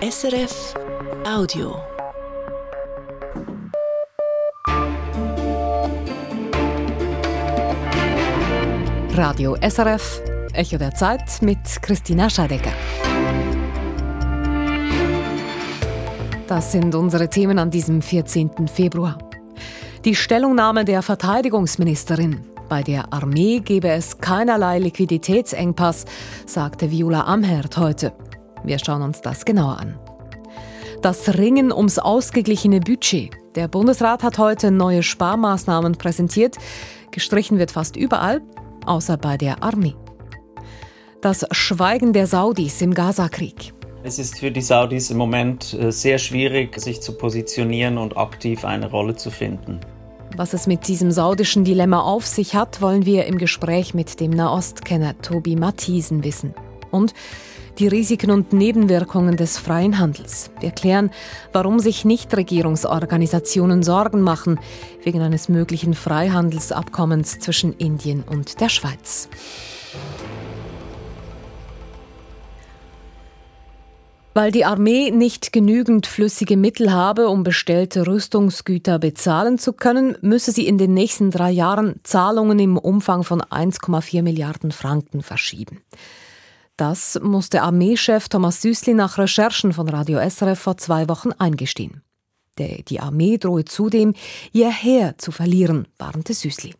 SRF Audio. Radio SRF, Echo der Zeit mit Christina Scheidecker. Das sind unsere Themen an diesem 14. Februar. Die Stellungnahme der Verteidigungsministerin. Bei der Armee gebe es keinerlei Liquiditätsengpass, sagte Viola Amherd heute. Wir schauen uns das genauer an. Das Ringen ums ausgeglichene Budget. Der Bundesrat hat heute neue Sparmaßnahmen präsentiert. Gestrichen wird fast überall, außer bei der Armee. Das Schweigen der Saudis im Gaza-Krieg. Es ist für die Saudis im Moment sehr schwierig, sich zu positionieren und aktiv eine Rolle zu finden. Was es mit diesem saudischen Dilemma auf sich hat, wollen wir im Gespräch mit dem Nahostkenner Tobi Mathiesen wissen. Und die Risiken und Nebenwirkungen des freien Handels. Wir klären, warum sich Nichtregierungsorganisationen Sorgen machen wegen eines möglichen Freihandelsabkommens zwischen Indien und der Schweiz. Weil die Armee nicht genügend flüssige Mittel habe, um bestellte Rüstungsgüter bezahlen zu können, müsse sie in den nächsten 3 Jahren Zahlungen im Umfang von 1,4 Milliarden Franken verschieben. Das musste Armeechef Thomas Süssli nach Recherchen von Radio SRF vor 2 Wochen eingestehen. Die Armee drohe zudem, ihr Heer zu verlieren, warnte Süssli.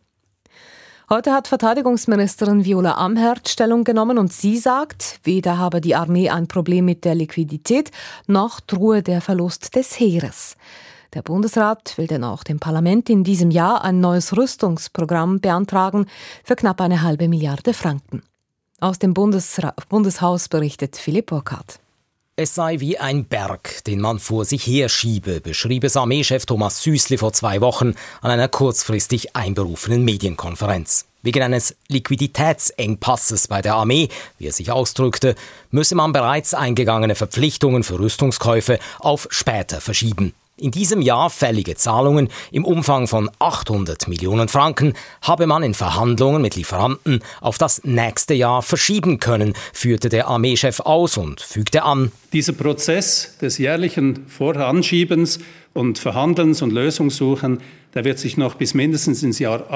Heute hat Verteidigungsministerin Viola Amherd Stellung genommen und sie sagt, weder habe die Armee ein Problem mit der Liquidität, noch drohe der Verlust des Heeres. Der Bundesrat will denn auch dem Parlament in diesem Jahr ein neues Rüstungsprogramm beantragen für knapp 1,5 Milliarde Franken. Aus dem Bundeshaus berichtet Philipp Burkhardt. Es sei wie ein Berg, den man vor sich herschiebe, beschrieb es Armeechef Thomas Süssli vor 2 Wochen an einer kurzfristig einberufenen Medienkonferenz. Wegen eines Liquiditätsengpasses bei der Armee, wie er sich ausdrückte, müsse man bereits eingegangene Verpflichtungen für Rüstungskäufe auf später verschieben. In diesem Jahr fällige Zahlungen im Umfang von 800 Millionen Franken habe man in Verhandlungen mit Lieferanten auf das nächste Jahr verschieben können, führte der Armeechef aus und fügte an: Dieser Prozess des jährlichen Voranschiebens und Verhandelns und Lösungssuchen, der wird sich noch bis mindestens ins Jahr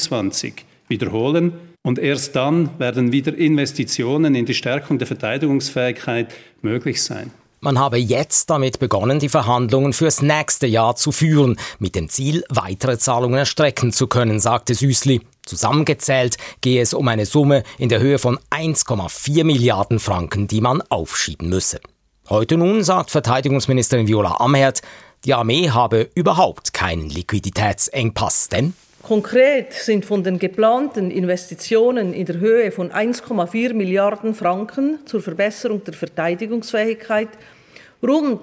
28 wiederholen. Und erst dann werden wieder Investitionen in die Stärkung der Verteidigungsfähigkeit möglich sein. Man habe jetzt damit begonnen, die Verhandlungen fürs nächste Jahr zu führen, mit dem Ziel, weitere Zahlungen erstrecken zu können, sagte Süssli. Zusammengezählt gehe es um eine Summe in der Höhe von 1,4 Milliarden Franken, die man aufschieben müsse. Heute nun sagt Verteidigungsministerin Viola Amherd, die Armee habe überhaupt keinen Liquiditätsengpass, denn konkret sind von den geplanten Investitionen in der Höhe von 1,4 Milliarden Franken zur Verbesserung der Verteidigungsfähigkeit rund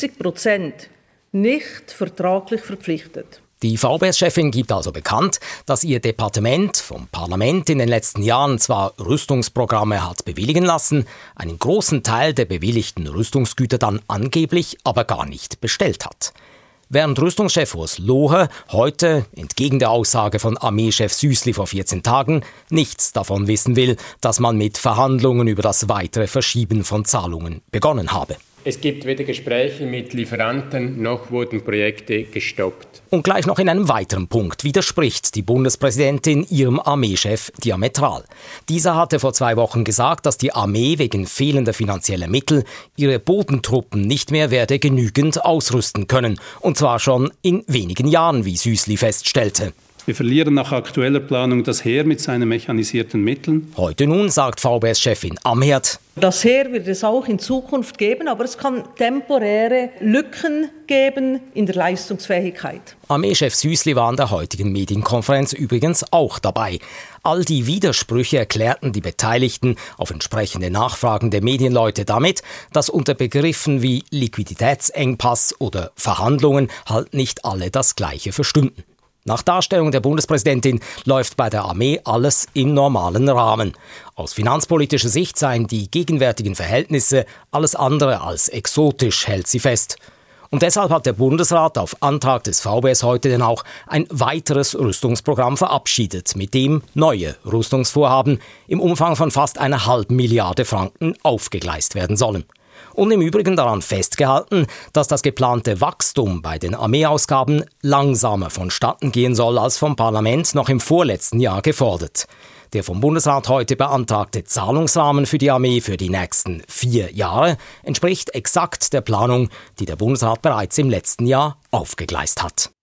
70% nicht vertraglich verpflichtet. Die VBS-Chefin gibt also bekannt, dass ihr Departement vom Parlament in den letzten Jahren zwar Rüstungsprogramme hat bewilligen lassen, einen großen Teil der bewilligten Rüstungsgüter dann angeblich aber gar nicht bestellt hat. Während Rüstungschef Urs Loher heute, entgegen der Aussage von Armeechef Süssli vor 14 Tagen, nichts davon wissen will, dass man mit Verhandlungen über das weitere Verschieben von Zahlungen begonnen habe. Es gibt weder Gespräche mit Lieferanten, noch wurden Projekte gestoppt. Und gleich noch in einem weiteren Punkt widerspricht die Bundespräsidentin ihrem Armeechef diametral. Dieser hatte vor 2 Wochen gesagt, dass die Armee wegen fehlender finanzieller Mittel ihre Bodentruppen nicht mehr werde genügend ausrüsten können. Und zwar schon in wenigen Jahren, wie Süssli feststellte. Wir verlieren nach aktueller Planung das Heer mit seinen mechanisierten Mitteln. Heute nun sagt VBS-Chefin Amherd: Das Heer wird es auch in Zukunft geben, aber es kann temporäre Lücken geben in der Leistungsfähigkeit. Armeechef Süssli war an der heutigen Medienkonferenz übrigens auch dabei. All die Widersprüche erklärten die Beteiligten auf entsprechende Nachfragen der Medienleute damit, dass unter Begriffen wie Liquiditätsengpass oder Verhandlungen halt nicht alle das Gleiche verstünden. Nach Darstellung der Bundespräsidentin läuft bei der Armee alles im normalen Rahmen. Aus finanzpolitischer Sicht seien die gegenwärtigen Verhältnisse alles andere als exotisch, hält sie fest. Und deshalb hat der Bundesrat auf Antrag des VBS heute dann auch ein weiteres Rüstungsprogramm verabschiedet, mit dem neue Rüstungsvorhaben im Umfang von fast 1,5 Milliarde Franken aufgegleist werden sollen. Und im Übrigen daran festgehalten, dass das geplante Wachstum bei den Armeeausgaben langsamer vonstatten gehen soll als vom Parlament noch im vorletzten Jahr gefordert. Der vom Bundesrat heute beantragte Zahlungsrahmen für die Armee für die nächsten 4 Jahre entspricht exakt der Planung, die der Bundesrat bereits im letzten Jahr aufgegleist hat.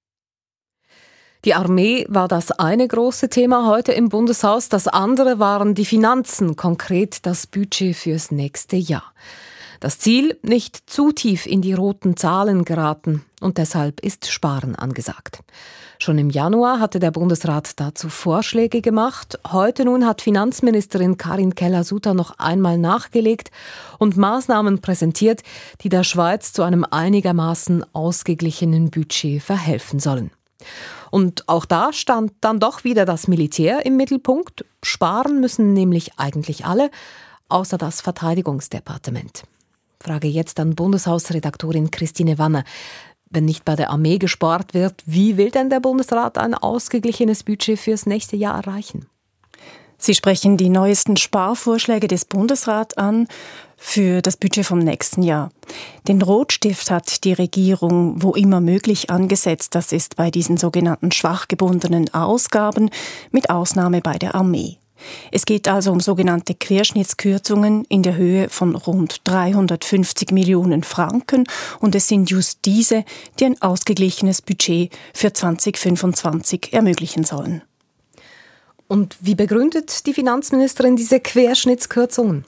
Die Armee war das eine große Thema heute im Bundeshaus. Das andere waren die Finanzen, konkret das Budget fürs nächste Jahr. Das Ziel, nicht zu tief in die roten Zahlen geraten. Und deshalb ist Sparen angesagt. Schon im Januar hatte der Bundesrat dazu Vorschläge gemacht. Heute nun hat Finanzministerin Karin Keller-Sutter noch einmal nachgelegt und Maßnahmen präsentiert, die der Schweiz zu einem einigermaßen ausgeglichenen Budget verhelfen sollen. Und auch da stand dann doch wieder das Militär im Mittelpunkt. Sparen müssen nämlich eigentlich alle, außer das Verteidigungsdepartement. Frage jetzt an Bundeshausredaktorin Christine Wanner. Wenn nicht bei der Armee gespart wird, wie will denn der Bundesrat ein ausgeglichenes Budget fürs nächste Jahr erreichen? Sie sprechen die neuesten Sparvorschläge des Bundesrats an für das Budget vom nächsten Jahr. Den Rotstift hat die Regierung wo immer möglich angesetzt. Das ist bei diesen sogenannten schwach gebundenen Ausgaben, mit Ausnahme bei der Armee. Es geht also um sogenannte Querschnittskürzungen in der Höhe von rund 350 Millionen Franken und es sind just diese, die ein ausgeglichenes Budget für 2025 ermöglichen sollen. Und wie begründet die Finanzministerin diese Querschnittskürzungen?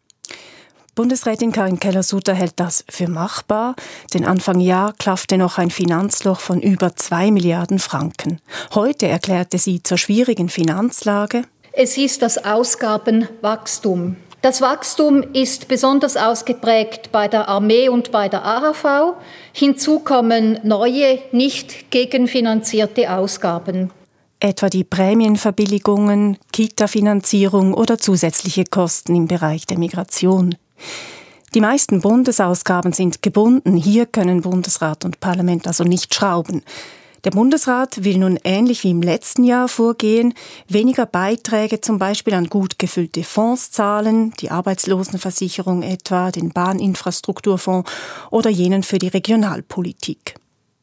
Bundesrätin Karin Keller-Sutter hält das für machbar, denn Anfang Jahr klaffte noch ein Finanzloch von über 2 Milliarden Franken. Heute erklärte sie zur schwierigen Finanzlage: Es ist das Ausgabenwachstum. Das Wachstum ist besonders ausgeprägt bei der Armee und bei der AHV. Hinzu kommen neue, nicht gegenfinanzierte Ausgaben. Etwa die Prämienverbilligungen, Kita-Finanzierung oder zusätzliche Kosten im Bereich der Migration. Die meisten Bundesausgaben sind gebunden. Hier können Bundesrat und Parlament also nicht schrauben. Der Bundesrat will nun ähnlich wie im letzten Jahr vorgehen, weniger Beiträge zum Beispiel an gut gefüllte Fonds zahlen, die Arbeitslosenversicherung etwa, den Bahninfrastrukturfonds oder jenen für die Regionalpolitik.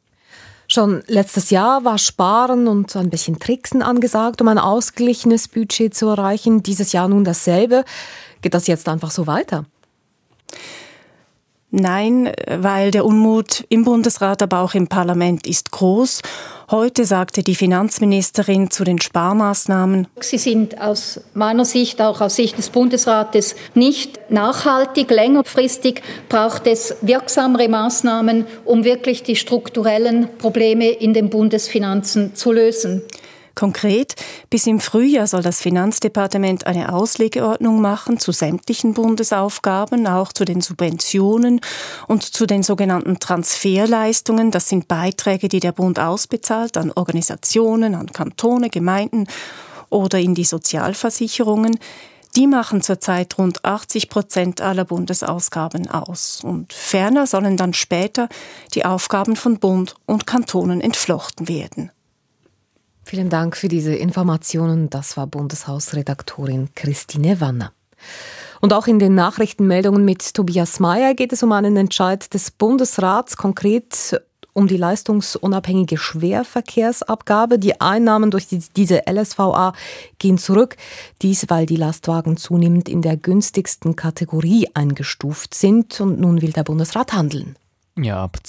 Schon letztes Jahr war Sparen und ein bisschen Tricksen angesagt, um ein ausgeglichenes Budget zu erreichen. Dieses Jahr nun dasselbe. Geht das jetzt einfach so weiter? Nein, weil der Unmut im Bundesrat, aber auch im Parlament ist groß. Heute sagte die Finanzministerin zu den Sparmaßnahmen: Sie sind aus meiner Sicht, auch aus Sicht des Bundesrates, nicht nachhaltig. Längerfristig braucht es wirksamere Maßnahmen, um wirklich die strukturellen Probleme in den Bundesfinanzen zu lösen. Konkret, bis im Frühjahr soll das Finanzdepartement eine Auslegeordnung machen zu sämtlichen Bundesaufgaben, auch zu den Subventionen und zu den sogenannten Transferleistungen. Das sind Beiträge, die der Bund ausbezahlt an Organisationen, an Kantone, Gemeinden oder in die Sozialversicherungen. Die machen zurzeit rund 80% aller Bundesausgaben aus. Und ferner sollen dann später die Aufgaben von Bund und Kantonen entflochten werden. Vielen Dank für diese Informationen. Das war Bundeshausredaktorin Christine Wanner. Und auch in den Nachrichtenmeldungen mit Tobias Mayer geht es um einen Entscheid des Bundesrats, konkret um die leistungsunabhängige Schwerverkehrsabgabe. Die Einnahmen durch diese LSVA gehen zurück. Dies, weil die Lastwagen zunehmend in der günstigsten Kategorie eingestuft sind. Und nun will der Bundesrat handeln. Ja, ab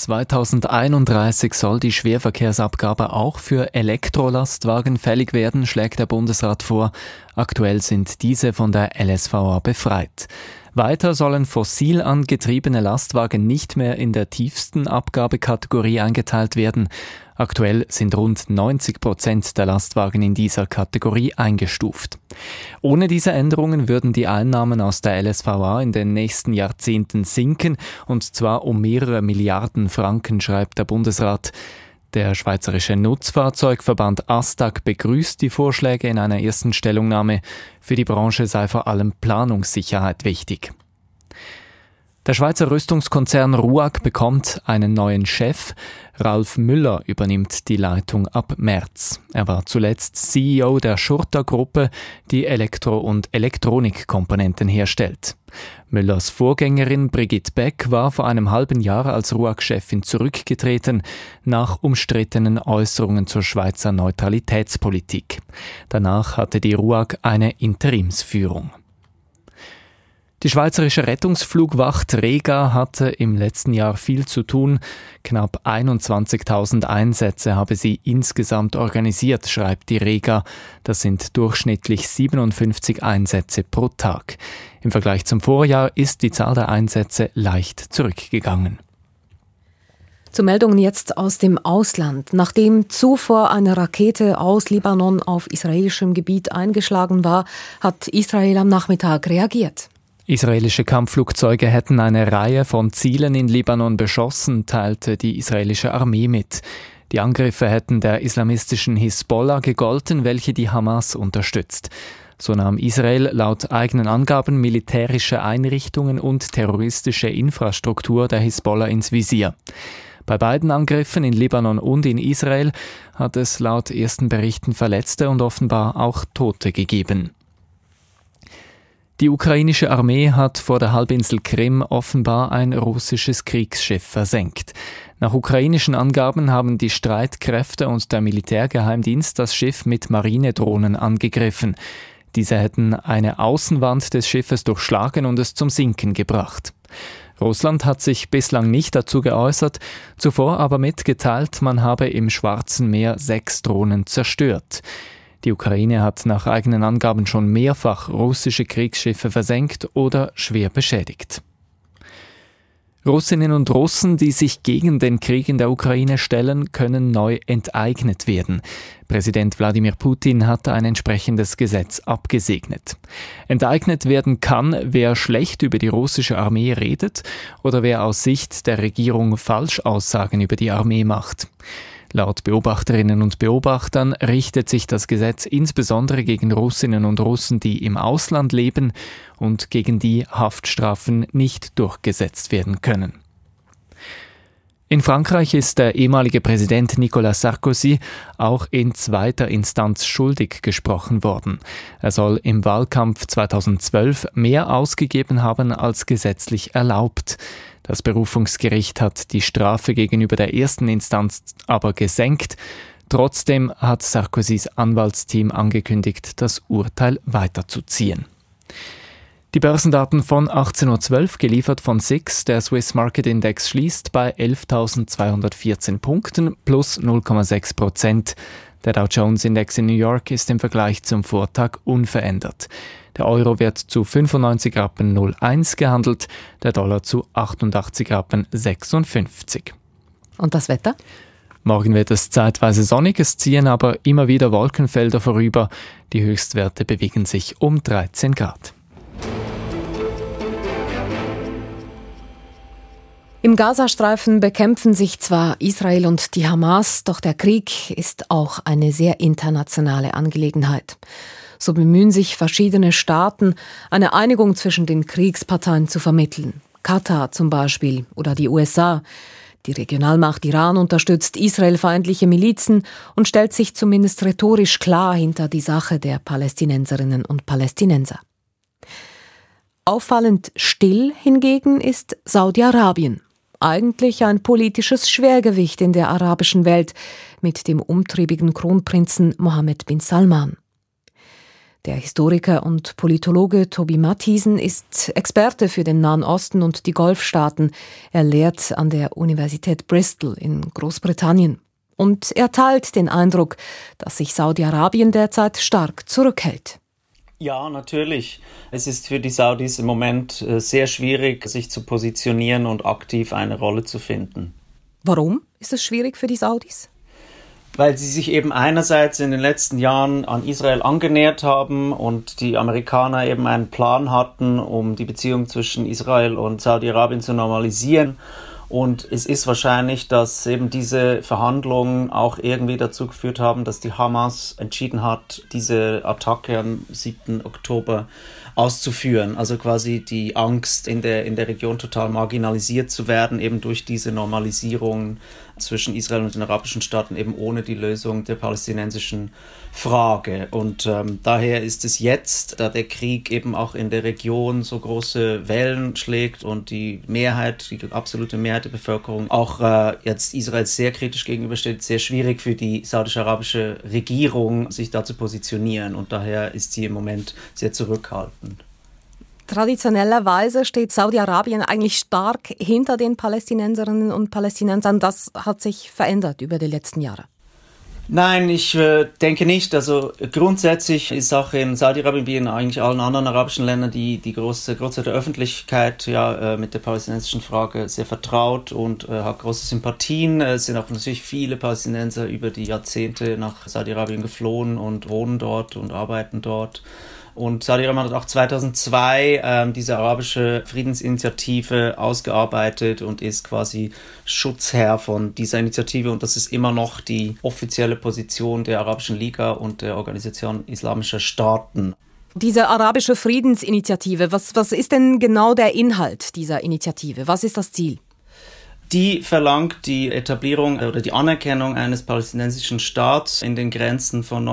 2031 soll die Schwerverkehrsabgabe auch für Elektrolastwagen fällig werden, schlägt der Bundesrat vor. Aktuell sind diese von der LSVA befreit. Weiter sollen fossil angetriebene Lastwagen nicht mehr in der tiefsten Abgabekategorie eingeteilt werden. Aktuell sind rund 90% der Lastwagen in dieser Kategorie eingestuft. Ohne diese Änderungen würden die Einnahmen aus der LSVA in den nächsten Jahrzehnten sinken, und zwar um mehrere Milliarden Franken, schreibt der Bundesrat. Der Schweizerische Nutzfahrzeugverband ASTAG begrüßt die Vorschläge in einer ersten Stellungnahme. Für die Branche sei vor allem Planungssicherheit wichtig. Der Schweizer Rüstungskonzern RUAG bekommt einen neuen Chef. Ralf Müller übernimmt die Leitung ab März. Er war zuletzt CEO der Schurter-Gruppe, die Elektro- und Elektronikkomponenten herstellt. Müllers Vorgängerin Brigitte Beck war vor einem halben Jahr als RUAG-Chefin zurückgetreten, nach umstrittenen Äußerungen zur Schweizer Neutralitätspolitik. Danach hatte die RUAG eine Interimsführung. Die Schweizerische Rettungsflugwacht Rega hatte im letzten Jahr viel zu tun. Knapp 21.000 Einsätze habe sie insgesamt organisiert, schreibt die Rega. Das sind durchschnittlich 57 Einsätze pro Tag. Im Vergleich zum Vorjahr ist die Zahl der Einsätze leicht zurückgegangen. Zu Meldungen jetzt aus dem Ausland. Nachdem zuvor eine Rakete aus Libanon auf israelischem Gebiet eingeschlagen war, hat Israel am Nachmittag reagiert. Israelische Kampfflugzeuge hätten eine Reihe von Zielen in Libanon beschossen, teilte die israelische Armee mit. Die Angriffe hätten der islamistischen Hisbollah gegolten, welche die Hamas unterstützt. So nahm Israel laut eigenen Angaben militärische Einrichtungen und terroristische Infrastruktur der Hisbollah ins Visier. Bei beiden Angriffen in Libanon und in Israel hat es laut ersten Berichten Verletzte und offenbar auch Tote gegeben. Die ukrainische Armee hat vor der Halbinsel Krim offenbar ein russisches Kriegsschiff versenkt. Nach ukrainischen Angaben haben die Streitkräfte und der Militärgeheimdienst das Schiff mit Marinedrohnen angegriffen. Diese hätten eine Außenwand des Schiffes durchschlagen und es zum Sinken gebracht. Russland hat sich bislang nicht dazu geäußert, zuvor aber mitgeteilt, man habe im Schwarzen Meer 6 Drohnen zerstört. Die Ukraine hat nach eigenen Angaben schon mehrfach russische Kriegsschiffe versenkt oder schwer beschädigt. Russinnen und Russen, die sich gegen den Krieg in der Ukraine stellen, können neu enteignet werden. Präsident Wladimir Putin hat ein entsprechendes Gesetz abgesegnet. Enteignet werden kann, wer schlecht über die russische Armee redet oder wer aus Sicht der Regierung Falschaussagen über die Armee macht. Laut Beobachterinnen und Beobachtern richtet sich das Gesetz insbesondere gegen Russinnen und Russen, die im Ausland leben und gegen die Haftstrafen nicht durchgesetzt werden können. In Frankreich ist der ehemalige Präsident Nicolas Sarkozy auch in zweiter Instanz schuldig gesprochen worden. Er soll im Wahlkampf 2012 mehr ausgegeben haben als gesetzlich erlaubt. Das Berufungsgericht hat die Strafe gegenüber der ersten Instanz aber gesenkt. Trotzdem hat Sarkozys Anwaltsteam angekündigt, das Urteil weiterzuziehen. Die Börsendaten von 18.12 Uhr, geliefert von SIX. Der Swiss Market Index schließt bei 11.214 Punkten, plus 0,6%. Der Dow Jones Index in New York ist im Vergleich zum Vortag unverändert. Der Euro wird zu 95,01 Rappen gehandelt, der Dollar zu 88,56 Rappen. Und das Wetter? Morgen wird es zeitweise sonnig, es ziehen aber immer wieder Wolkenfelder vorüber. Die Höchstwerte bewegen sich um 13 Grad. Im Gazastreifen bekämpfen sich zwar Israel und die Hamas, doch der Krieg ist auch eine sehr internationale Angelegenheit. So bemühen sich verschiedene Staaten, eine Einigung zwischen den Kriegsparteien zu vermitteln. Katar zum Beispiel oder die USA. Die Regionalmacht Iran unterstützt israelfeindliche Milizen und stellt sich zumindest rhetorisch klar hinter die Sache der Palästinenserinnen und Palästinenser. Auffallend still hingegen ist Saudi-Arabien. Eigentlich ein politisches Schwergewicht in der arabischen Welt mit dem umtriebigen Kronprinzen Mohammed bin Salman. Der Historiker und Politologe Tobi Mathiesen ist Experte für den Nahen Osten und die Golfstaaten. Er lehrt an der Universität Bristol in Großbritannien. Und er teilt den Eindruck, dass sich Saudi-Arabien derzeit stark zurückhält. Ja, natürlich. Es ist für die Saudis im Moment sehr schwierig, sich zu positionieren und aktiv eine Rolle zu finden. Warum ist es schwierig für die Saudis? Weil sie sich eben einerseits in den letzten Jahren an Israel angenähert haben und die Amerikaner eben einen Plan hatten, um die Beziehung zwischen Israel und Saudi-Arabien zu normalisieren. Und es ist wahrscheinlich, dass eben diese Verhandlungen auch irgendwie dazu geführt haben, dass die Hamas entschieden hat, diese Attacke am 7. Oktober auszuführen. Also quasi die Angst, in der Region total marginalisiert zu werden, eben durch diese Normalisierung zwischen Israel und den arabischen Staaten, eben ohne die Lösung der palästinensischen Frage. Und daher ist es jetzt, da der Krieg eben auch in der Region so große Wellen schlägt und die absolute Mehrheit der Bevölkerung auch jetzt Israel sehr kritisch gegenübersteht, sehr schwierig für die saudisch-arabische Regierung, sich da zu positionieren. Und daher ist sie im Moment sehr zurückhaltend. Traditionellerweise steht Saudi-Arabien eigentlich stark hinter den Palästinenserinnen und Palästinensern. Das hat sich verändert über die letzten Jahre. Nein, ich denke nicht. Also grundsätzlich ist auch in Saudi-Arabien wie in eigentlich allen anderen arabischen Ländern die große der Öffentlichkeit mit der palästinensischen Frage sehr vertraut und hat große Sympathien. Es sind auch natürlich viele Palästinenser über die Jahrzehnte nach Saudi-Arabien geflohen und wohnen dort und arbeiten dort. Und Saudi-Arabien hat auch 2002 diese arabische Friedensinitiative ausgearbeitet und ist quasi Schutzherr von dieser Initiative. Und das ist immer noch die offizielle Position der Arabischen Liga und der Organisation Islamischer Staaten. Diese arabische Friedensinitiative, was ist denn genau der Inhalt dieser Initiative? Was ist das Ziel? Die verlangt die Etablierung oder die Anerkennung eines palästinensischen Staats in den Grenzen von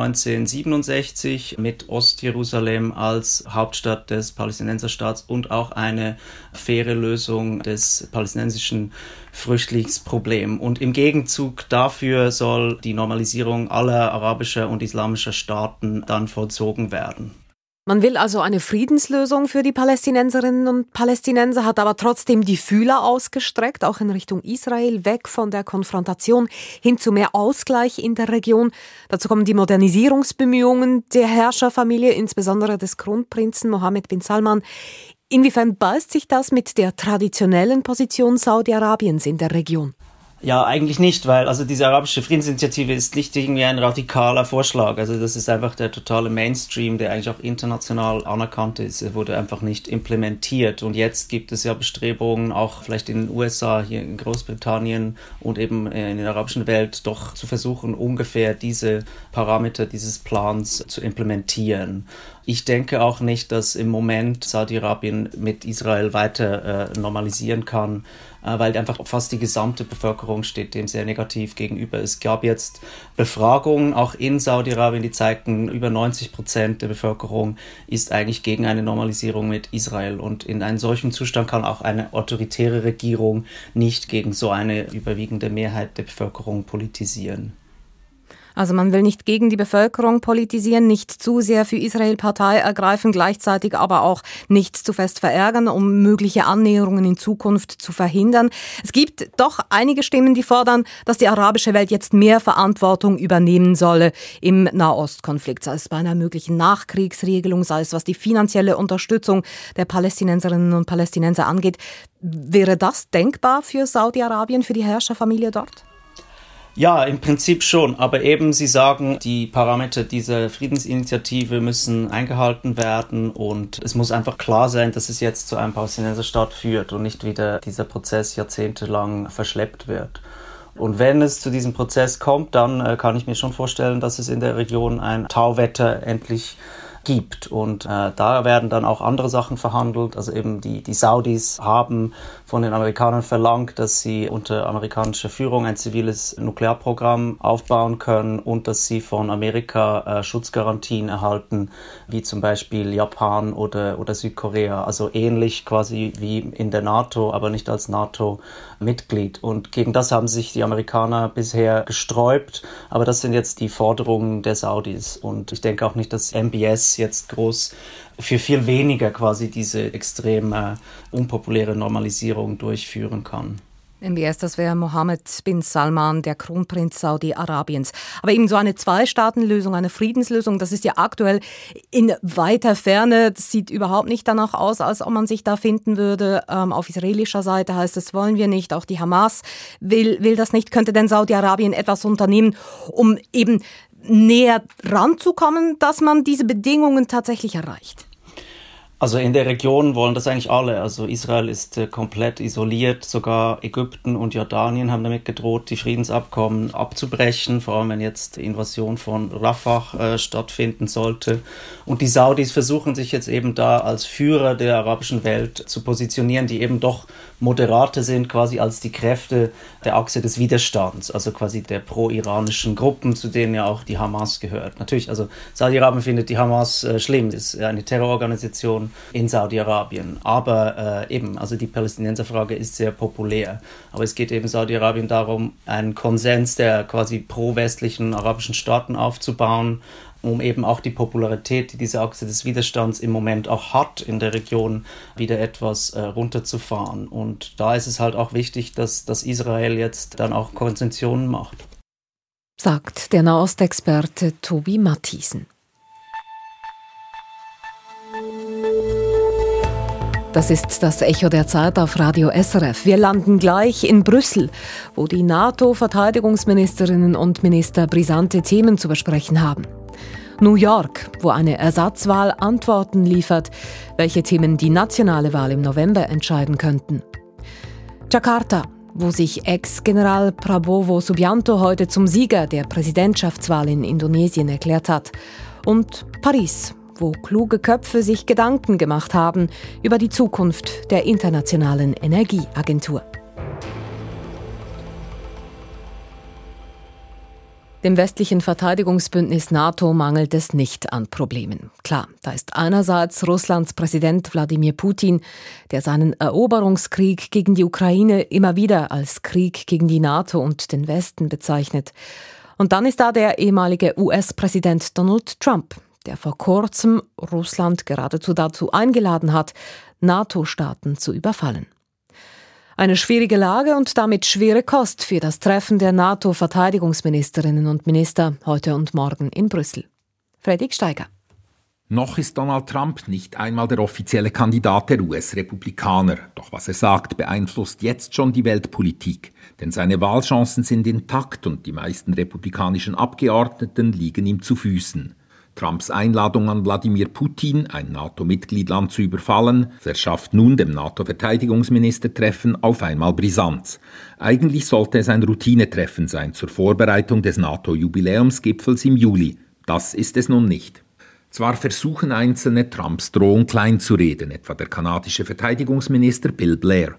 1967 mit Ostjerusalem als Hauptstadt des Palästinenserstaats und auch eine faire Lösung des palästinensischen Flüchtlingsproblems. Und im Gegenzug dafür soll die Normalisierung aller arabischer und islamischer Staaten dann vollzogen werden. Man will also eine Friedenslösung für die Palästinenserinnen und Palästinenser, hat aber trotzdem die Fühler ausgestreckt, auch in Richtung Israel, weg von der Konfrontation hin zu mehr Ausgleich in der Region. Dazu kommen die Modernisierungsbemühungen der Herrscherfamilie, insbesondere des Kronprinzen Mohammed bin Salman. Inwiefern beißt sich das mit der traditionellen Position Saudi-Arabiens in der Region? Ja, eigentlich nicht, weil also diese arabische Friedensinitiative ist nicht irgendwie ein radikaler Vorschlag. Also das ist einfach der totale Mainstream, der eigentlich auch international anerkannt ist. Er wurde einfach nicht implementiert. Und jetzt gibt es ja Bestrebungen, auch vielleicht in den USA, hier in Großbritannien und eben in der arabischen Welt doch zu versuchen, ungefähr diese Parameter dieses Plans zu implementieren. Ich denke auch nicht, dass im Moment Saudi-Arabien mit Israel weiter normalisieren kann, weil einfach fast die gesamte Bevölkerung steht dem sehr negativ gegenüber. Es gab jetzt Befragungen auch in Saudi-Arabien, die zeigten, über 90% der Bevölkerung ist eigentlich gegen eine Normalisierung mit Israel. Und in einem solchen Zustand kann auch eine autoritäre Regierung nicht gegen so eine überwiegende Mehrheit der Bevölkerung politisieren. Also man will nicht gegen die Bevölkerung politisieren, nicht zu sehr für Israel Partei ergreifen, gleichzeitig aber auch nicht zu fest verärgern, um mögliche Annäherungen in Zukunft zu verhindern. Es gibt doch einige Stimmen, die fordern, dass die arabische Welt jetzt mehr Verantwortung übernehmen solle im Nahostkonflikt, sei es bei einer möglichen Nachkriegsregelung, sei es was die finanzielle Unterstützung der Palästinenserinnen und Palästinenser angeht. Wäre das denkbar für Saudi-Arabien, für die Herrscherfamilie dort? Ja, im Prinzip schon, aber eben Sie sagen, die Parameter dieser Friedensinitiative müssen eingehalten werden und es muss einfach klar sein, dass es jetzt zu einem Palästinenserstaat führt und nicht wieder dieser Prozess jahrzehntelang verschleppt wird. Und wenn es zu diesem Prozess kommt, dann kann ich mir schon vorstellen, dass es in der Region ein Tauwetter endlich gibt. Und da werden dann auch andere Sachen verhandelt. Also eben die Saudis haben von den Amerikanern verlangt, dass sie unter amerikanischer Führung ein ziviles Nuklearprogramm aufbauen können und dass sie von Amerika Schutzgarantien erhalten, wie zum Beispiel Japan oder Südkorea. Also ähnlich quasi wie in der NATO, aber nicht als NATO-Mitglied. Und gegen das haben sich die Amerikaner bisher gesträubt. Aber das sind jetzt die Forderungen der Saudis. Und ich denke auch nicht, dass MBS jetzt groß für viel weniger quasi diese extrem unpopuläre Normalisierung durchführen kann. MBS, das wäre Mohammed bin Salman, der Kronprinz Saudi-Arabiens. Aber eben so eine Zwei-Staaten-Lösung, eine Friedenslösung, das ist ja aktuell in weiter Ferne. Das sieht überhaupt nicht danach aus, als ob man sich da finden würde. Auf israelischer Seite heißt es, wollen wir nicht. Auch die Hamas will das nicht. Könnte denn Saudi-Arabien etwas unternehmen, um eben näher ranzukommen, dass man diese Bedingungen tatsächlich erreicht? Also in der Region wollen das eigentlich alle. Also Israel ist komplett isoliert, sogar Ägypten und Jordanien haben damit gedroht, die Friedensabkommen abzubrechen, vor allem wenn jetzt die Invasion von Rafah stattfinden sollte. Und die Saudis versuchen sich jetzt eben da als Führer der arabischen Welt zu positionieren, die eben doch moderater sind, quasi als die Kräfte der Achse des Widerstands, also quasi der pro-iranischen Gruppen, zu denen ja auch die Hamas gehört. Natürlich, also Saudi-Arabien findet die Hamas schlimm, das ist eine Terrororganisation in Saudi-Arabien. Aber also die Palästinenserfrage ist sehr populär. Aber es geht eben Saudi-Arabien darum, einen Konsens der quasi pro-westlichen arabischen Staaten aufzubauen, um eben auch die Popularität, die diese Achse des Widerstands im Moment auch hat in der Region, wieder etwas runterzufahren. Und da ist es halt auch wichtig, dass Israel jetzt dann auch Konzessionen macht. Sagt der Nahostexperte Tobi Mathiesen. Das ist das Echo der Zeit auf Radio SRF. Wir landen gleich in Brüssel, wo die NATO-Verteidigungsministerinnen und Minister brisante Themen zu besprechen haben. New York, wo eine Ersatzwahl Antworten liefert, welche Themen die nationale Wahl im November entscheiden könnten. Jakarta, wo sich Ex-General Prabowo Subianto heute zum Sieger der Präsidentschaftswahl in Indonesien erklärt hat. Und Paris, wo kluge Köpfe sich Gedanken gemacht haben über die Zukunft der Internationalen Energieagentur. Dem westlichen Verteidigungsbündnis NATO mangelt es nicht an Problemen. Klar, da ist einerseits Russlands Präsident Wladimir Putin, der seinen Eroberungskrieg gegen die Ukraine immer wieder als Krieg gegen die NATO und den Westen bezeichnet. Und dann ist da der ehemalige US-Präsident Donald Trump, der vor kurzem Russland geradezu dazu eingeladen hat, NATO-Staaten zu überfallen. Eine schwierige Lage und damit schwere Kost für das Treffen der NATO-Verteidigungsministerinnen und Minister heute und morgen in Brüssel. Fredrik Steiger. Noch ist Donald Trump nicht einmal der offizielle Kandidat der US-Republikaner. Doch was er sagt, beeinflusst jetzt schon die Weltpolitik. Denn seine Wahlchancen sind intakt und die meisten republikanischen Abgeordneten liegen ihm zu Füßen. Trumps Einladung an Wladimir Putin, ein NATO-Mitgliedland zu überfallen, verschafft nun dem NATO-Verteidigungsministertreffen auf einmal Brisanz. Eigentlich sollte es ein Routinetreffen sein zur Vorbereitung des NATO-Jubiläumsgipfels im Juli. Das ist es nun nicht. Zwar versuchen Einzelne, Trumps Drohung kleinzureden, etwa der kanadische Verteidigungsminister Bill Blair.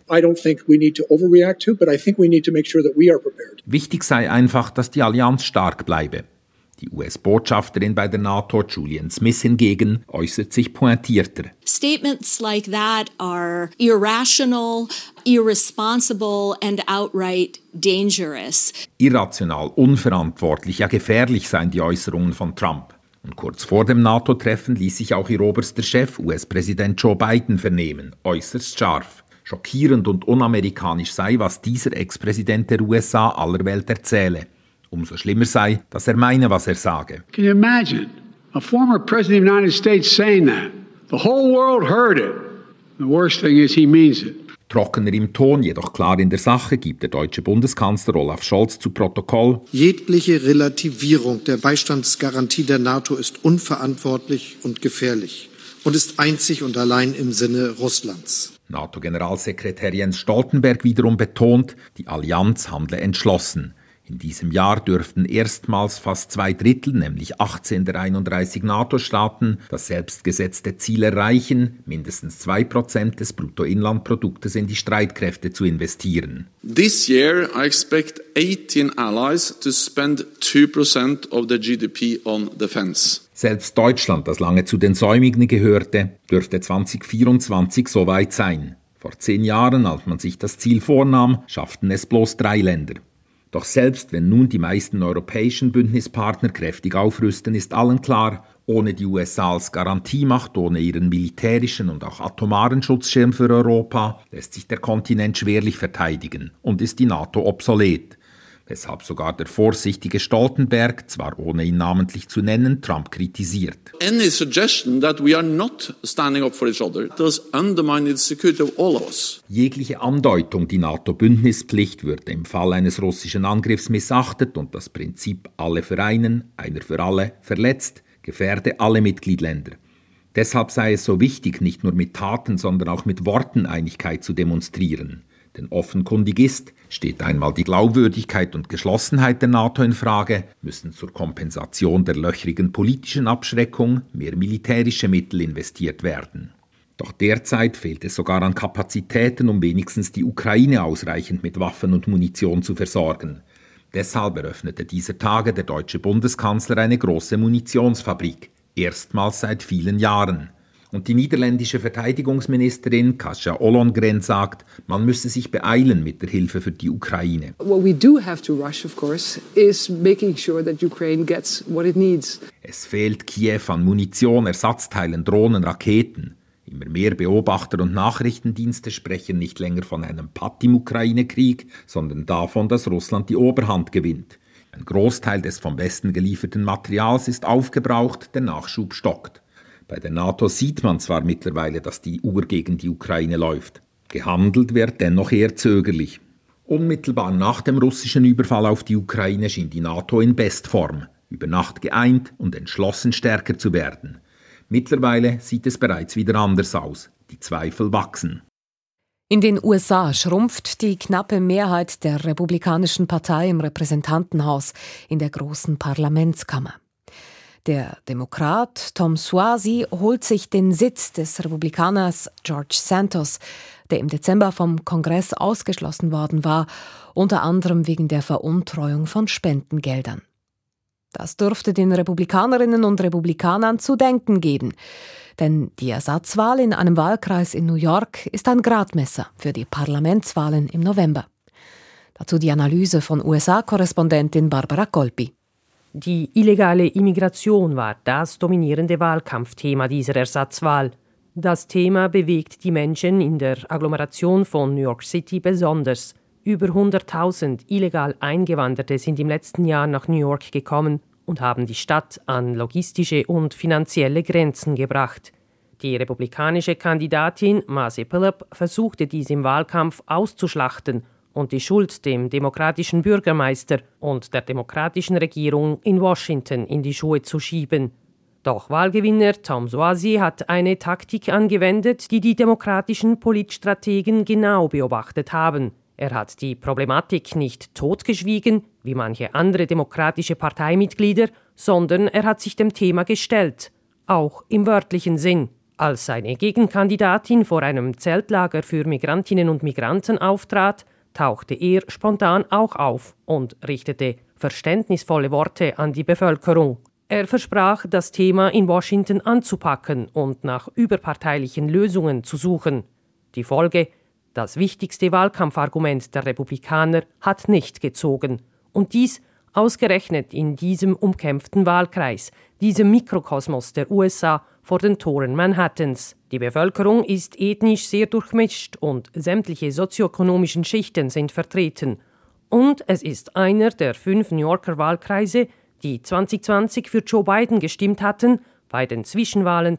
Wichtig sei einfach, dass die Allianz stark bleibe. Die US-Botschafterin bei der NATO, Julian Smith hingegen, äußert sich pointierter. Statements like that are irrational, irresponsible and outright dangerous. Irrational, unverantwortlich, ja gefährlich seien die Äußerungen von Trump. Und kurz vor dem NATO-Treffen ließ sich auch ihr oberster Chef, US-Präsident Joe Biden, vernehmen, äußerst scharf. Schockierend und unamerikanisch sei, was dieser Ex-Präsident der USA aller Welt erzähle. Umso schlimmer sei, dass er meine, was er sage. Can you imagine a former president of the United States saying that? The whole world heard it. The worst thing is he means it. Trockener im Ton, jedoch klar in der Sache, gibt der deutsche Bundeskanzler Olaf Scholz zu Protokoll: Jegliche Relativierung der Beistandsgarantie der NATO ist unverantwortlich und gefährlich und ist einzig und allein im Sinne Russlands. NATO-Generalsekretär Jens Stoltenberg wiederum betont, die Allianz handle entschlossen. In diesem Jahr dürften erstmals fast 2/3, nämlich 18 der 31 NATO-Staaten, das selbstgesetzte Ziel erreichen, mindestens 2% des Bruttoinlandproduktes in die Streitkräfte zu investieren. This year I expect 18 allies to spend 2% of their GDP on defense. Selbst Deutschland, das lange zu den Säumigen gehörte, dürfte 2024 soweit sein. Vor 10 Jahren, als man sich das Ziel vornahm, schafften es bloß 3 Länder. Doch selbst wenn nun die meisten europäischen Bündnispartner kräftig aufrüsten, ist allen klar, ohne die USA als Garantiemacht, ohne ihren militärischen und auch atomaren Schutzschirm für Europa, lässt sich der Kontinent schwerlich verteidigen und ist die NATO obsolet. Weshalb sogar der vorsichtige Stoltenberg, zwar ohne ihn namentlich zu nennen, Trump kritisiert. Any suggestion that we are not standing up for each other does undermine the security of all of us. Jegliche Andeutung, die NATO-Bündnispflicht würde im Fall eines russischen Angriffs missachtet und das Prinzip alle für einen, einer für alle verletzt, gefährde alle Mitgliedsländer. Deshalb sei es so wichtig, nicht nur mit Taten, sondern auch mit Worten Einigkeit zu demonstrieren. Denn offenkundig ist, steht einmal die Glaubwürdigkeit und Geschlossenheit der NATO in Frage, müssen zur Kompensation der löchrigen politischen Abschreckung mehr militärische Mittel investiert werden. Doch derzeit fehlt es sogar an Kapazitäten, um wenigstens die Ukraine ausreichend mit Waffen und Munition zu versorgen. Deshalb eröffnete dieser Tage der deutsche Bundeskanzler eine große Munitionsfabrik, erstmals seit vielen Jahren. Und die niederländische Verteidigungsministerin Kasia Ollongren sagt, man müsse sich beeilen mit der Hilfe für die Ukraine. What we do have to rush, of course, is making sure that Ukraine gets what it needs. Es fehlt Kiew an Munition, Ersatzteilen, Drohnen, Raketen. Immer mehr Beobachter und Nachrichtendienste sprechen nicht länger von einem Patt im Ukraine-Krieg, sondern davon, dass Russland die Oberhand gewinnt. Ein Großteil des vom Westen gelieferten Materials ist aufgebraucht, der Nachschub stockt. Bei der NATO sieht man zwar mittlerweile, dass die Uhr gegen die Ukraine läuft. Gehandelt wird dennoch eher zögerlich. Unmittelbar nach dem russischen Überfall auf die Ukraine schien die NATO in Bestform, über Nacht geeint und entschlossen stärker zu werden. Mittlerweile sieht es bereits wieder anders aus. Die Zweifel wachsen. In den USA schrumpft die knappe Mehrheit der Republikanischen Partei im Repräsentantenhaus in der großen Parlamentskammer. Der Demokrat Tom Suozzi holt sich den Sitz des Republikaners George Santos, der im Dezember vom Kongress ausgeschlossen worden war, unter anderem wegen der Veruntreuung von Spendengeldern. Das dürfte den Republikanerinnen und Republikanern zu denken geben. Denn die Ersatzwahl in einem Wahlkreis in New York ist ein Gradmesser für die Parlamentswahlen im November. Dazu die Analyse von USA-Korrespondentin Barbara Colpi. Die illegale Immigration war das dominierende Wahlkampfthema dieser Ersatzwahl. Das Thema bewegt die Menschen in der Agglomeration von New York City besonders. Über 100.000 illegal Eingewanderte sind im letzten Jahr nach New York gekommen und haben die Stadt an logistische und finanzielle Grenzen gebracht. Die republikanische Kandidatin Mazi Pilip versuchte dies im Wahlkampf auszuschlachten und die Schuld dem demokratischen Bürgermeister und der demokratischen Regierung in Washington in die Schuhe zu schieben. Doch Wahlgewinner Tom Suozzi hat eine Taktik angewendet, die die demokratischen Politstrategen genau beobachtet haben. Er hat die Problematik nicht totgeschwiegen, wie manche andere demokratische Parteimitglieder, sondern er hat sich dem Thema gestellt, auch im wörtlichen Sinn. Als seine Gegenkandidatin vor einem Zeltlager für Migrantinnen und Migranten auftrat, tauchte er spontan auch auf und richtete verständnisvolle Worte an die Bevölkerung. Er versprach, das Thema in Washington anzupacken und nach überparteilichen Lösungen zu suchen. Die Folge: das wichtigste Wahlkampfargument der Republikaner hat nicht gezogen. Und dies ausgerechnet in diesem umkämpften Wahlkreis, diesem Mikrokosmos der USA vor den Toren Manhattans. Die Bevölkerung ist ethnisch sehr durchmischt und sämtliche sozioökonomischen Schichten sind vertreten. Und es ist einer der 5 New Yorker Wahlkreise, die 2020 für Joe Biden gestimmt hatten, bei den Zwischenwahlen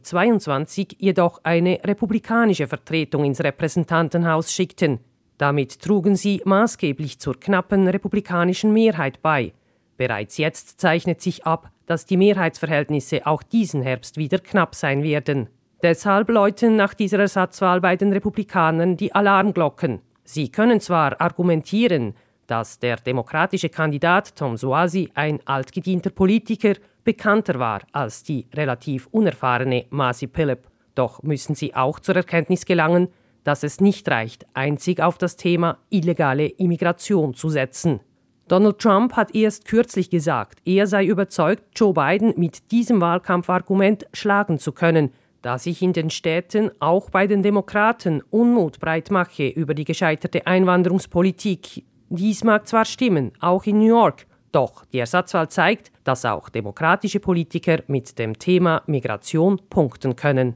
2022 jedoch eine republikanische Vertretung ins Repräsentantenhaus schickten. Damit trugen sie maßgeblich zur knappen republikanischen Mehrheit bei. Bereits jetzt zeichnet sich ab, dass die Mehrheitsverhältnisse auch diesen Herbst wieder knapp sein werden. Deshalb läuten nach dieser Ersatzwahl bei den Republikanern die Alarmglocken. Sie können zwar argumentieren, dass der demokratische Kandidat Tom Suozzi ein altgedienter Politiker bekannter war als die relativ unerfahrene Mazi Pilip. Doch müssen sie auch zur Erkenntnis gelangen, dass es nicht reicht, einzig auf das Thema illegale Immigration zu setzen. Donald Trump hat erst kürzlich gesagt, er sei überzeugt, Joe Biden mit diesem Wahlkampfargument schlagen zu können, da sich in den Städten auch bei den Demokraten Unmut breitmache über die gescheiterte Einwanderungspolitik. Dies mag zwar stimmen, auch in New York, doch die Ersatzwahl zeigt, dass auch demokratische Politiker mit dem Thema Migration punkten können.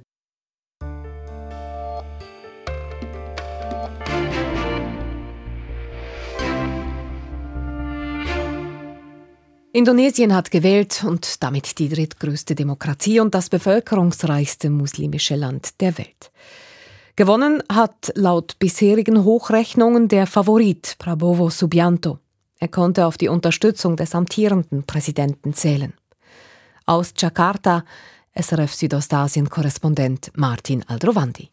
Indonesien hat gewählt und damit die drittgrößte Demokratie und das bevölkerungsreichste muslimische Land der Welt. Gewonnen hat laut bisherigen Hochrechnungen der Favorit Prabowo Subianto. Er konnte auf die Unterstützung des amtierenden Präsidenten zählen. Aus Jakarta SRF Südostasien-Korrespondent Martin Aldrovandi.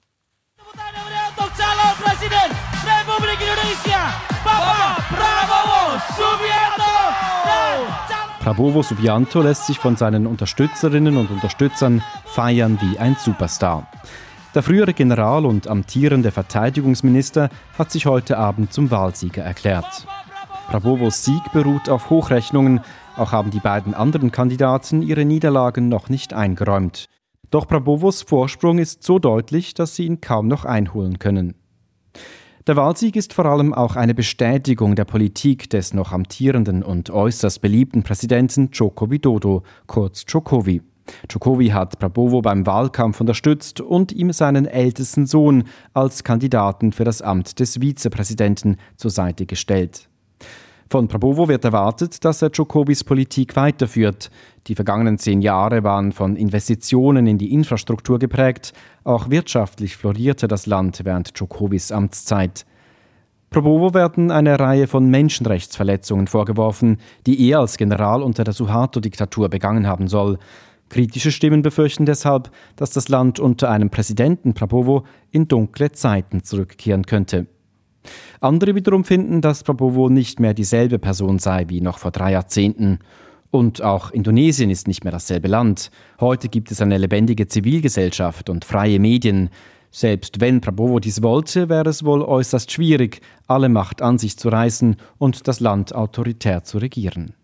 Prabowo Subianto lässt sich von seinen Unterstützerinnen und Unterstützern feiern wie ein Superstar. Der frühere General und amtierende Verteidigungsminister hat sich heute Abend zum Wahlsieger erklärt. Prabowos Sieg beruht auf Hochrechnungen, auch haben die beiden anderen Kandidaten ihre Niederlagen noch nicht eingeräumt. Doch Prabowos Vorsprung ist so deutlich, dass sie ihn kaum noch einholen können. Der Wahlsieg ist vor allem auch eine Bestätigung der Politik des noch amtierenden und äußerst beliebten Präsidenten Joko Widodo, kurz Jokowi. Jokowi hat Prabowo beim Wahlkampf unterstützt und ihm seinen ältesten Sohn als Kandidaten für das Amt des Vizepräsidenten zur Seite gestellt. Von Prabowo wird erwartet, dass er Jokowis Politik weiterführt. Die vergangenen 10 Jahre waren von Investitionen in die Infrastruktur geprägt. Auch wirtschaftlich florierte das Land während Jokowis Amtszeit. Prabowo werden eine Reihe von Menschenrechtsverletzungen vorgeworfen, die er als General unter der Suharto-Diktatur begangen haben soll. Kritische Stimmen befürchten deshalb, dass das Land unter einem Präsidenten Prabowo in dunkle Zeiten zurückkehren könnte. Andere wiederum finden, dass Prabowo nicht mehr dieselbe Person sei wie noch vor 3 Jahrzehnten. Und auch Indonesien ist nicht mehr dasselbe Land. Heute gibt es eine lebendige Zivilgesellschaft und freie Medien. Selbst wenn Prabowo dies wollte, wäre es wohl äußerst schwierig, alle Macht an sich zu reißen und das Land autoritär zu regieren.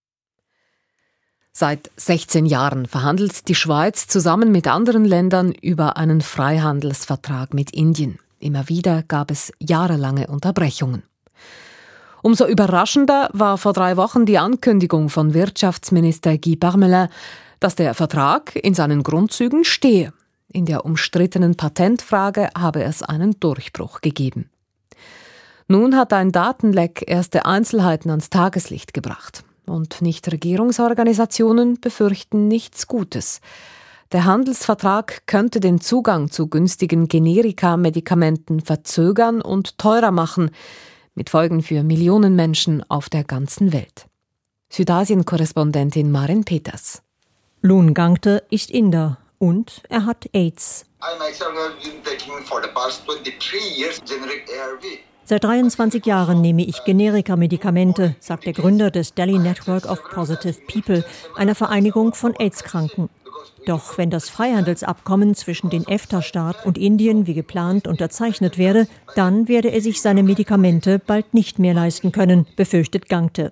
Seit 16 Jahren verhandelt die Schweiz zusammen mit anderen Ländern über einen Freihandelsvertrag mit Indien. Immer wieder gab es jahrelange Unterbrechungen. Umso überraschender war vor 3 Wochen die Ankündigung von Wirtschaftsminister Guy Parmelin, dass der Vertrag in seinen Grundzügen stehe. In der umstrittenen Patentfrage habe es einen Durchbruch gegeben. Nun hat ein Datenleck erste Einzelheiten ans Tageslicht gebracht. Und Nichtregierungsorganisationen befürchten nichts Gutes. Der Handelsvertrag könnte den Zugang zu günstigen Generika-Medikamenten verzögern und teurer machen, mit Folgen für Millionen Menschen auf der ganzen Welt. Südasien-Korrespondentin Maren Peters. Loon Gangte ist Inder und er hat AIDS. Seit 23 Jahren nehme ich Generika-Medikamente, sagt der Gründer des Delhi Network of Positive People, einer Vereinigung von AIDS-Kranken. Doch wenn das Freihandelsabkommen zwischen den EFTA-Staaten und Indien wie geplant unterzeichnet werde, dann werde er sich seine Medikamente bald nicht mehr leisten können, befürchtet Gangte.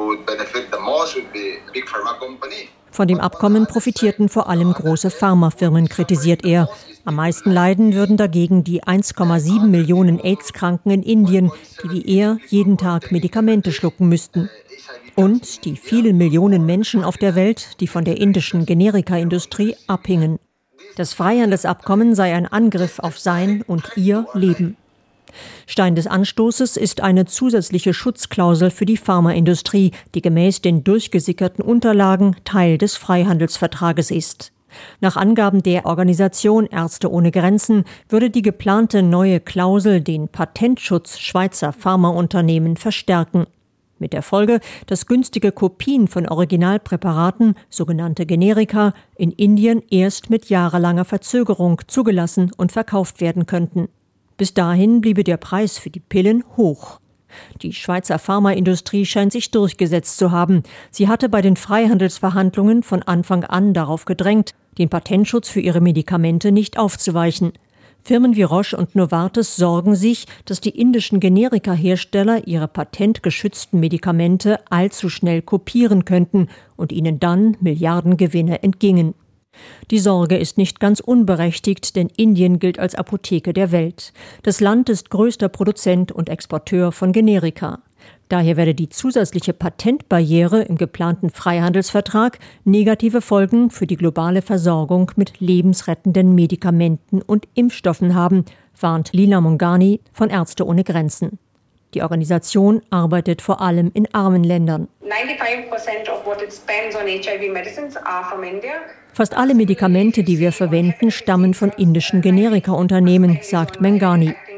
Von dem Abkommen profitierten vor allem große Pharmafirmen, kritisiert er. Am meisten leiden würden dagegen die 1,7 Millionen AIDS-Kranken in Indien, die wie er jeden Tag Medikamente schlucken müssten. Und die vielen Millionen Menschen auf der Welt, die von der indischen Generika-Industrie abhingen. Das Freihandelsabkommen sei ein Angriff auf sein und ihr Leben. Stein des Anstoßes ist eine zusätzliche Schutzklausel für die Pharmaindustrie, die gemäß den durchgesickerten Unterlagen Teil des Freihandelsvertrages ist. Nach Angaben der Organisation Ärzte ohne Grenzen würde die geplante neue Klausel den Patentschutz Schweizer Pharmaunternehmen verstärken. Mit der Folge, dass günstige Kopien von Originalpräparaten, sogenannte Generika, in Indien erst mit jahrelanger Verzögerung zugelassen und verkauft werden könnten. Bis dahin bliebe der Preis für die Pillen hoch. Die Schweizer Pharmaindustrie scheint sich durchgesetzt zu haben. Sie hatte bei den Freihandelsverhandlungen von Anfang an darauf gedrängt, den Patentschutz für ihre Medikamente nicht aufzuweichen. Firmen wie Roche und Novartis sorgen sich, dass die indischen Generika-Hersteller ihre patentgeschützten Medikamente allzu schnell kopieren könnten und ihnen dann Milliardengewinne entgingen. Die Sorge ist nicht ganz unberechtigt, denn Indien gilt als Apotheke der Welt. Das Land ist größter Produzent und Exporteur von Generika. Daher werde die zusätzliche Patentbarriere im geplanten Freihandelsvertrag negative Folgen für die globale Versorgung mit lebensrettenden Medikamenten und Impfstoffen haben, warnt Leela Mongani von Ärzte ohne Grenzen. Die Organisation arbeitet vor allem in armen Ländern. 95% of what it spends on HIV medicines are from India. Fast alle Medikamente, die wir verwenden, stammen von indischen Generika-Unternehmen, sagt Mengani.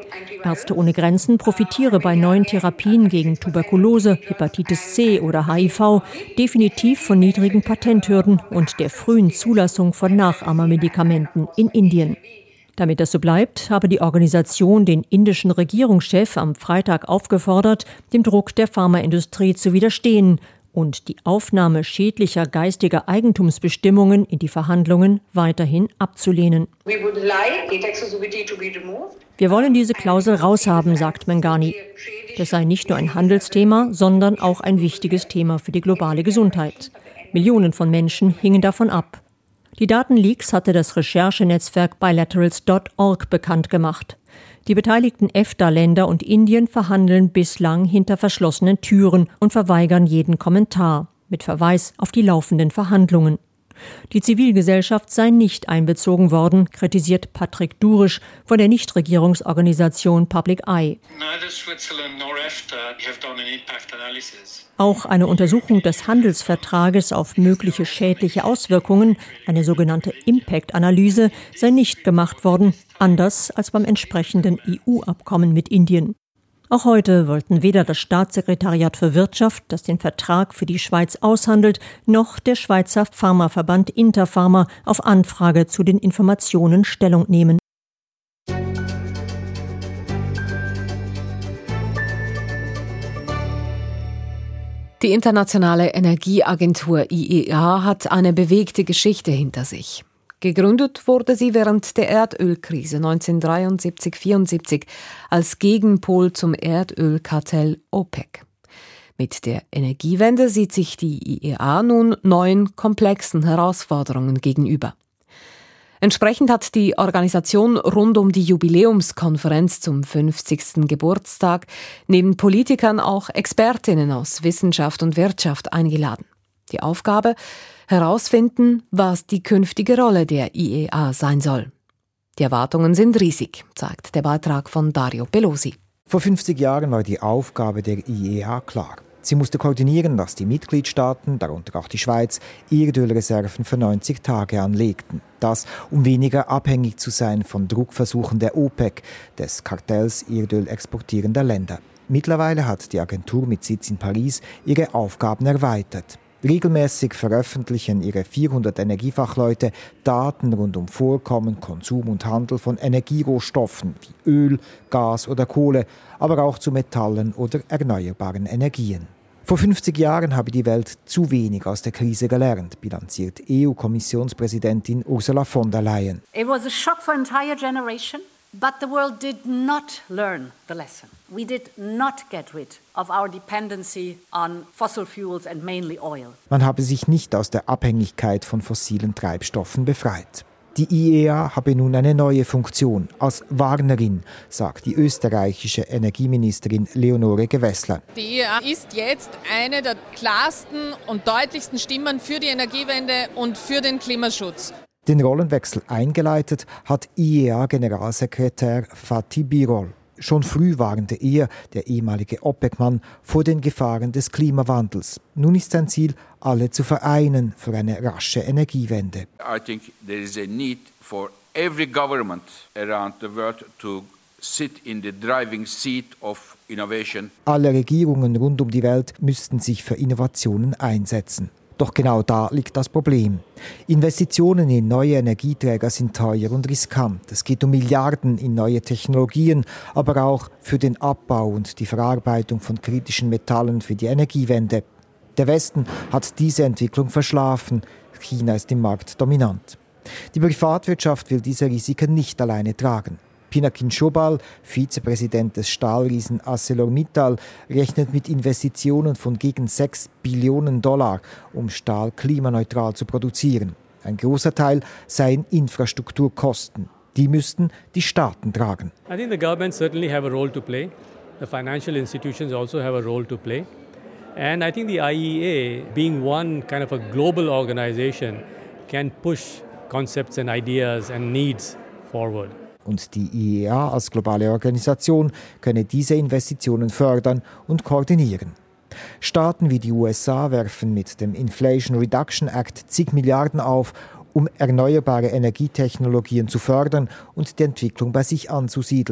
Ärzte ohne Grenzen profitiere bei neuen Therapien gegen Tuberkulose, Hepatitis C oder HIV definitiv von niedrigen Patenthürden und der frühen Zulassung von Nachahmermedikamenten in Indien. Damit das so bleibt, habe die Organisation den indischen Regierungschef am Freitag aufgefordert, dem Druck der Pharmaindustrie zu widerstehen und die Aufnahme schädlicher geistiger Eigentumsbestimmungen in die Verhandlungen weiterhin abzulehnen. Wir wollen diese Klausel raushaben, sagt Mengani. Das sei nicht nur ein Handelsthema, sondern auch ein wichtiges Thema für die globale Gesundheit. Millionen von Menschen hingen davon ab. Die Datenleaks hatte das Recherchenetzwerk Bilaterals.org bekannt gemacht. Die beteiligten EFTA-Länder und Indien verhandeln bislang hinter verschlossenen Türen und verweigern jeden Kommentar, mit Verweis auf die laufenden Verhandlungen. Die Zivilgesellschaft sei nicht einbezogen worden, kritisiert Patrick Durisch von der Nichtregierungsorganisation Public Eye. Auch eine Untersuchung des Handelsvertrages auf mögliche schädliche Auswirkungen, eine sogenannte Impact-Analyse, sei nicht gemacht worden, anders als beim entsprechenden EU-Abkommen mit Indien. Auch heute wollten weder das Staatssekretariat für Wirtschaft, das den Vertrag für die Schweiz aushandelt, noch der Schweizer Pharmaverband Interpharma auf Anfrage zu den Informationen Stellung nehmen. Die Internationale Energieagentur IEA hat eine bewegte Geschichte hinter sich. Gegründet wurde sie während der Erdölkrise 1973-74 als Gegenpol zum Erdölkartell OPEC. Mit der Energiewende sieht sich die IEA nun neuen, komplexen Herausforderungen gegenüber. Entsprechend hat die Organisation rund um die Jubiläumskonferenz zum 50. Geburtstag neben Politikern auch Expertinnen aus Wissenschaft und Wirtschaft eingeladen. Die Aufgabe: herausfinden, was die künftige Rolle der IEA sein soll. Die Erwartungen sind riesig, zeigt der Beitrag von Dario Pelosi. Vor 50 Jahren war die Aufgabe der IEA klar. Sie musste koordinieren, dass die Mitgliedstaaten, darunter auch die Schweiz, Erdölreserven für 90 Tage anlegten. Das, um weniger abhängig zu sein von Druckversuchen der OPEC, des Kartells Erdöl exportierender Länder. Mittlerweile hat die Agentur mit Sitz in Paris ihre Aufgaben erweitert. Regelmäßig veröffentlichen ihre 400 Energiefachleute Daten rund um Vorkommen, Konsum und Handel von Energierohstoffen wie Öl, Gas oder Kohle, aber auch zu Metallen oder erneuerbaren Energien. Vor 50 Jahren habe die Welt zu wenig aus der Krise gelernt, bilanziert EU-Kommissionspräsidentin Ursula von der Leyen. It was a shock for an entire generation, but the world did not learn the lesson. We did not get rid of our dependency on fossil fuels and mainly oil. Man habe sich nicht aus der Abhängigkeit von fossilen Treibstoffen befreit. Die IEA habe nun eine neue Funktion als Warnerin, sagt die österreichische Energieministerin Leonore Gewessler. Die IEA ist jetzt eine der klarsten und deutlichsten Stimmen für die Energiewende und für den Klimaschutz. Den Rollenwechsel eingeleitet hat IEA-Generalsekretär Fatih Birol. Schon früh warnte er, der ehemalige OPEC-Mann, vor den Gefahren des Klimawandels. Nun ist sein Ziel, alle zu vereinen für eine rasche Energiewende. I think there is a need for every government around the world to sit in the driving seat of innovation. Alle Regierungen rund um die Welt müssten sich für Innovationen einsetzen. Doch genau da liegt das Problem. Investitionen in neue Energieträger sind teuer und riskant. Es geht um Milliarden in neue Technologien, aber auch für den Abbau und die Verarbeitung von kritischen Metallen für die Energiewende. Der Westen hat diese Entwicklung verschlafen. China ist im Markt dominant. Die Privatwirtschaft will diese Risiken nicht alleine tragen. Pinakin Chobal, Vizepräsident des Stahlriesen ArcelorMittal, rechnet mit Investitionen von gegen $6 Billionen, um Stahl klimaneutral zu produzieren. Ein großer Teil seien Infrastrukturkosten. Die müssten die Staaten tragen. I think the governments certainly have a role to play. The financial institutions also have a role to play. And I think the IEA, being one kind of a global organization, can push concepts and ideas and needs forward. Und die IEA als globale Organisation könne diese Investitionen fördern und koordinieren. Staaten wie die USA werfen mit dem Inflation Reduction Act zig Milliarden auf, um erneuerbare Energietechnologien zu fördern und die Entwicklung bei sich anzusiedeln.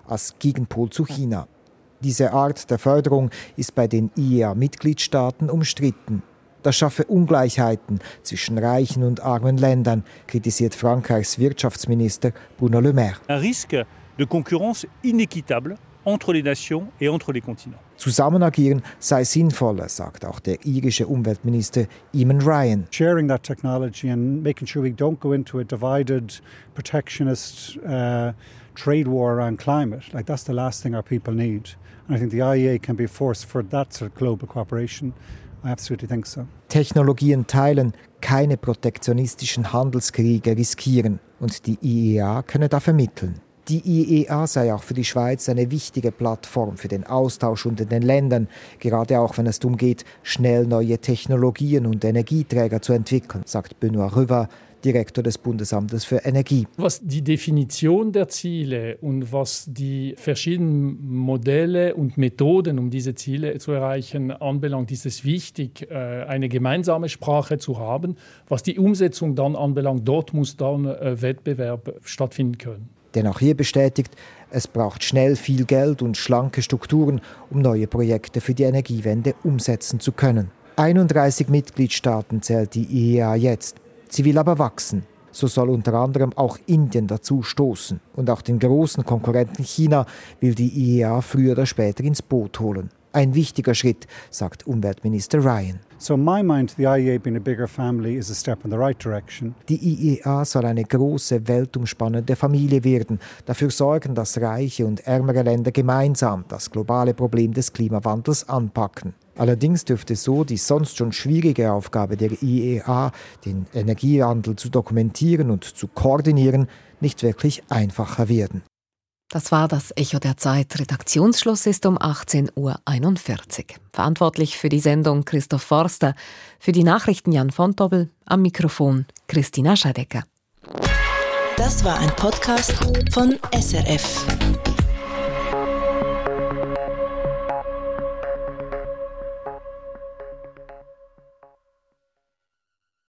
als Gegenpol zu China. Diese Art der Förderung ist bei den IEA-Mitgliedstaaten umstritten. Das schaffe Ungleichheiten zwischen reichen und armen Ländern, kritisiert Frankreichs Wirtschaftsminister Bruno Le Maire. Un risque de concurrence inéquitable entre les nations et entre les continents. Zusammenagieren sei sinnvoller, sagt auch der irische Umweltminister Eamon Ryan. Sharing that technology and making sure we don't go into a divided, protectionist trade war around climate. Like that's the last thing our people need. And I think the IEA can be a force for that sort of global cooperation. I absolutely think so. Technologien teilen, keine protektionistischen Handelskriege riskieren. Und die IEA könne da vermitteln. Die IEA sei auch für die Schweiz eine wichtige Plattform für den Austausch unter den Ländern, gerade auch wenn es darum geht, schnell neue Technologien und Energieträger zu entwickeln, sagt Benoît Röver, Direktor des Bundesamtes für Energie. Was die Definition der Ziele und was die verschiedenen Modelle und Methoden, um diese Ziele zu erreichen, anbelangt, ist es wichtig, eine gemeinsame Sprache zu haben. Was die Umsetzung dann anbelangt, dort muss dann Wettbewerb stattfinden können. Denn auch hier bestätigt, es braucht schnell viel Geld und schlanke Strukturen, um neue Projekte für die Energiewende umsetzen zu können. 31 Mitgliedstaaten zählt die IEA jetzt. Sie will aber wachsen. So soll unter anderem auch Indien dazu stoßen. Und auch den großen Konkurrenten China will die IEA früher oder später ins Boot holen. Ein wichtiger Schritt, sagt Umweltminister Ryan. So in my mind, the IEA being a bigger family is a step in the right direction. Die IEA soll eine große, weltumspannende Familie werden, dafür sorgen, dass reiche und ärmere Länder gemeinsam das globale Problem des Klimawandels anpacken. Allerdings dürfte so die sonst schon schwierige Aufgabe der IEA, den Energiehandel zu dokumentieren und zu koordinieren, nicht wirklich einfacher werden. Das war das Echo der Zeit. Redaktionsschluss ist um 18.41 Uhr. Verantwortlich für die Sendung Christoph Forster, für die Nachrichten Jan von Tobel, am Mikrofon Christina Scheidecker. Das war ein Podcast von SRF.